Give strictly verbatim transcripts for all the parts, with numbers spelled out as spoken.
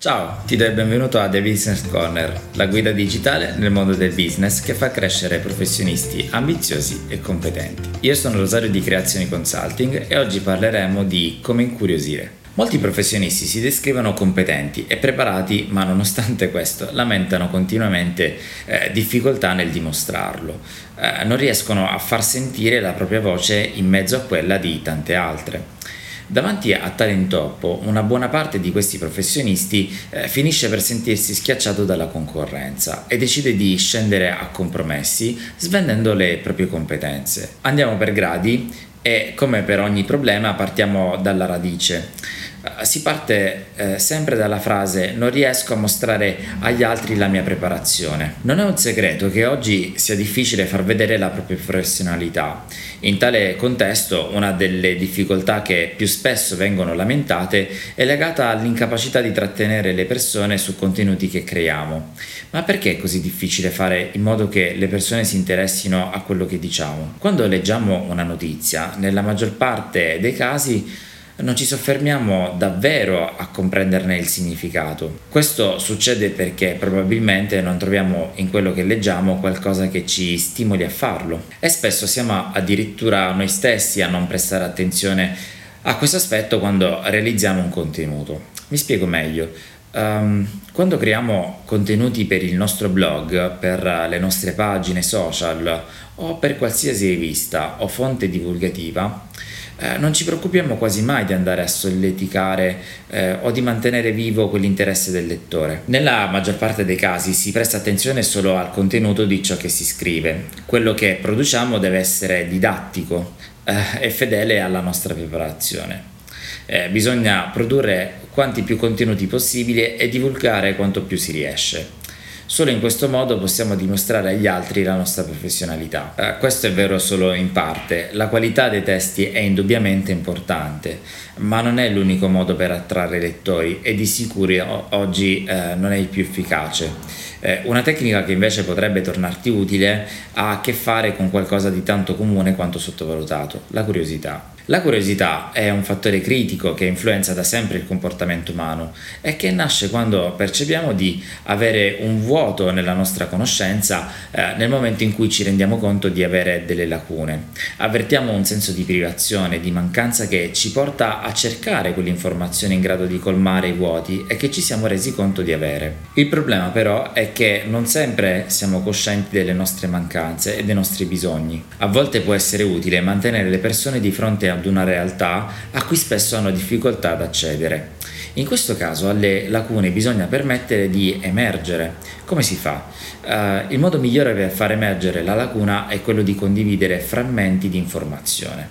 Ciao, ti do il benvenuto a The Business Corner, la guida digitale nel mondo del business che fa crescere professionisti ambiziosi e competenti. Io sono Rosario di Creazioni Consulting e oggi parleremo di come incuriosire. Molti professionisti si descrivono competenti e preparati, ma nonostante questo lamentano continuamente eh, difficoltà nel dimostrarlo. Eh, non riescono a far sentire la propria voce in mezzo a quella di tante altre. Davanti a tale intoppo, una buona parte di questi professionisti eh, finisce per sentirsi schiacciato dalla concorrenza e decide di scendere a compromessi svendendo le proprie competenze. Andiamo per gradi e, come per ogni problema, partiamo dalla radice. Si parte eh, sempre dalla frase "non riesco a mostrare agli altri la mia preparazione". Non è un segreto che oggi sia difficile far vedere la propria professionalità. In tale contesto, una delle difficoltà che più spesso vengono lamentate è legata all'incapacità di trattenere le persone su contenuti che creiamo. Ma perché è così difficile fare in modo che le persone si interessino a quello che diciamo? Quando leggiamo una notizia, nella maggior parte dei casi non ci soffermiamo davvero a comprenderne il significato. Questo succede perché probabilmente non troviamo in quello che leggiamo qualcosa che ci stimoli a farlo e spesso siamo addirittura noi stessi a non prestare attenzione a questo aspetto quando realizziamo un contenuto. Mi spiego meglio. Um, quando creiamo contenuti per il nostro blog, per le nostre pagine social o per qualsiasi rivista o fonte divulgativa, Eh, non ci preoccupiamo quasi mai di andare a solleticare eh, o di mantenere vivo quell'interesse del lettore. Nella maggior parte dei casi si presta attenzione solo al contenuto di ciò che si scrive. Quello che produciamo deve essere didattico eh, e fedele alla nostra preparazione. Eh, bisogna produrre quanti più contenuti possibili e divulgare quanto più si riesce. Solo in questo modo possiamo dimostrare agli altri la nostra professionalità. Eh, questo è vero solo in parte. La qualità dei testi è indubbiamente importante, ma non è l'unico modo per attrarre lettori e di sicuro oggi eh, non è il più efficace. Eh, una tecnica che invece potrebbe tornarti utile ha a che fare con qualcosa di tanto comune quanto sottovalutato: la curiosità. La curiosità è un fattore critico che influenza da sempre il comportamento umano e che nasce quando percepiamo di avere un vuoto nella nostra conoscenza eh, nel momento in cui ci rendiamo conto di avere delle lacune. Avvertiamo un senso di privazione, di mancanza che ci porta a cercare quell'informazione in grado di colmare i vuoti e che ci siamo resi conto di avere. Il problema però è che non sempre siamo coscienti delle nostre mancanze e dei nostri bisogni. A volte può essere utile mantenere le persone di fronte a ad una realtà a cui spesso hanno difficoltà ad accedere. In questo caso alle lacune bisogna permettere di emergere. Come si fa? Uh, il modo migliore per far emergere la lacuna è quello di condividere frammenti di informazione.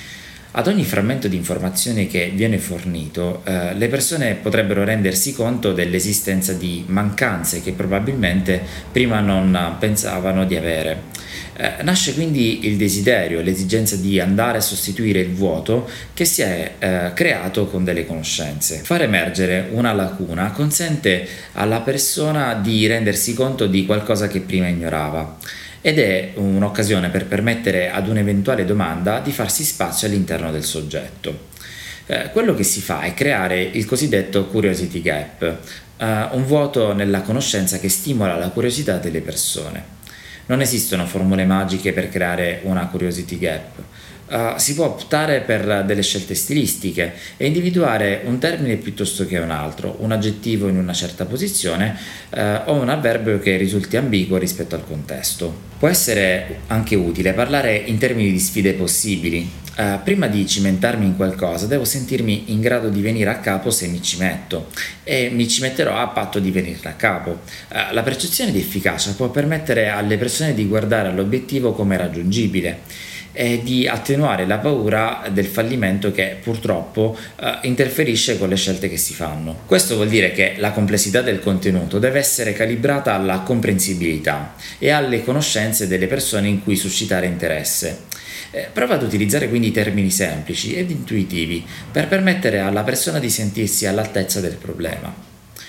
Ad ogni frammento di informazione che viene fornito, eh, le persone potrebbero rendersi conto dell'esistenza di mancanze che probabilmente prima non pensavano di avere. Eh, nasce quindi il desiderio, l'esigenza di andare a sostituire il vuoto che si è eh, creato con delle conoscenze. Far emergere una lacuna consente alla persona di rendersi conto di qualcosa che prima ignorava. Ed è un'occasione per permettere ad un'eventuale domanda di farsi spazio all'interno del soggetto. Eh, quello che si fa è creare il cosiddetto curiosity gap, eh, un vuoto nella conoscenza che stimola la curiosità delle persone. Non esistono formule magiche per creare una curiosity gap. Uh, si può optare per delle scelte stilistiche e individuare un termine piuttosto che un altro, un aggettivo in una certa posizione uh, o un avverbio che risulti ambiguo rispetto al contesto. Può essere anche utile parlare in termini di sfide possibili. Uh, prima di cimentarmi in qualcosa devo sentirmi in grado di venire a capo se mi ci metto e mi ci metterò a patto di venire a capo. Uh, la percezione di efficacia può permettere alle persone di guardare all'obiettivo come raggiungibile e di attenuare la paura del fallimento che purtroppo eh, interferisce con le scelte che si fanno. Questo vuol dire che la complessità del contenuto deve essere calibrata alla comprensibilità e alle conoscenze delle persone in cui suscitare interesse. Eh, prova ad utilizzare quindi termini semplici ed intuitivi per permettere alla persona di sentirsi all'altezza del problema.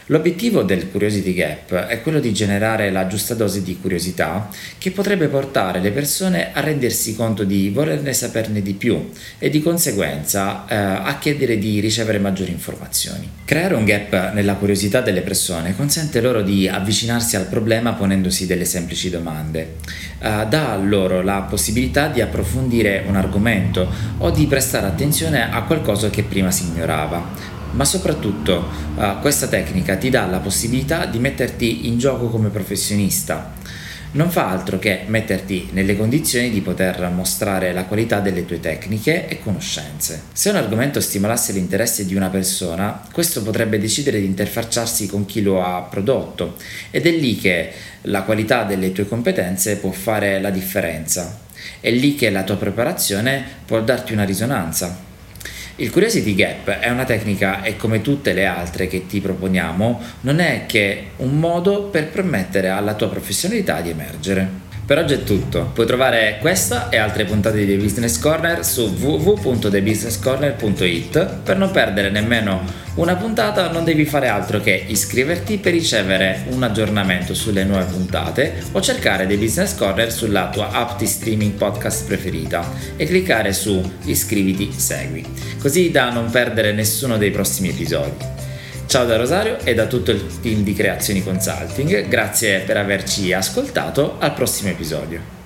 L'obiettivo del Curiosity Gap è quello di generare la giusta dose di curiosità che potrebbe portare le persone a rendersi conto di volerne saperne di più e di conseguenza eh, a chiedere di ricevere maggiori informazioni. Creare un gap nella curiosità delle persone consente loro di avvicinarsi al problema ponendosi delle semplici domande. Eh, dà loro la possibilità di approfondire un argomento o di prestare attenzione a qualcosa che prima si ignorava. Ma soprattutto uh, questa tecnica ti dà la possibilità di metterti in gioco come professionista. Non fa altro che metterti nelle condizioni di poter mostrare la qualità delle tue tecniche e conoscenze. Se un argomento stimolasse l'interesse di una persona, questo potrebbe decidere di interfacciarsi con chi lo ha prodotto ed è lì che la qualità delle tue competenze può fare la differenza. È lì che la tua preparazione può darti una risonanza. Il Curiosity Gap è una tecnica e come tutte le altre che ti proponiamo non è che un modo per permettere alla tua professionalità di emergere. Per oggi è tutto, puoi trovare questa e altre puntate di The Business Corner su w w w punto the business corner punto i t. Per non perdere nemmeno una puntata non devi fare altro che iscriverti per ricevere un aggiornamento sulle nuove puntate o cercare The Business Corner sulla tua app di streaming podcast preferita e cliccare su iscriviti, segui, così da non perdere nessuno dei prossimi episodi. Ciao da Rosario e da tutto il team di Creazioni Consulting, grazie per averci ascoltato, al prossimo episodio.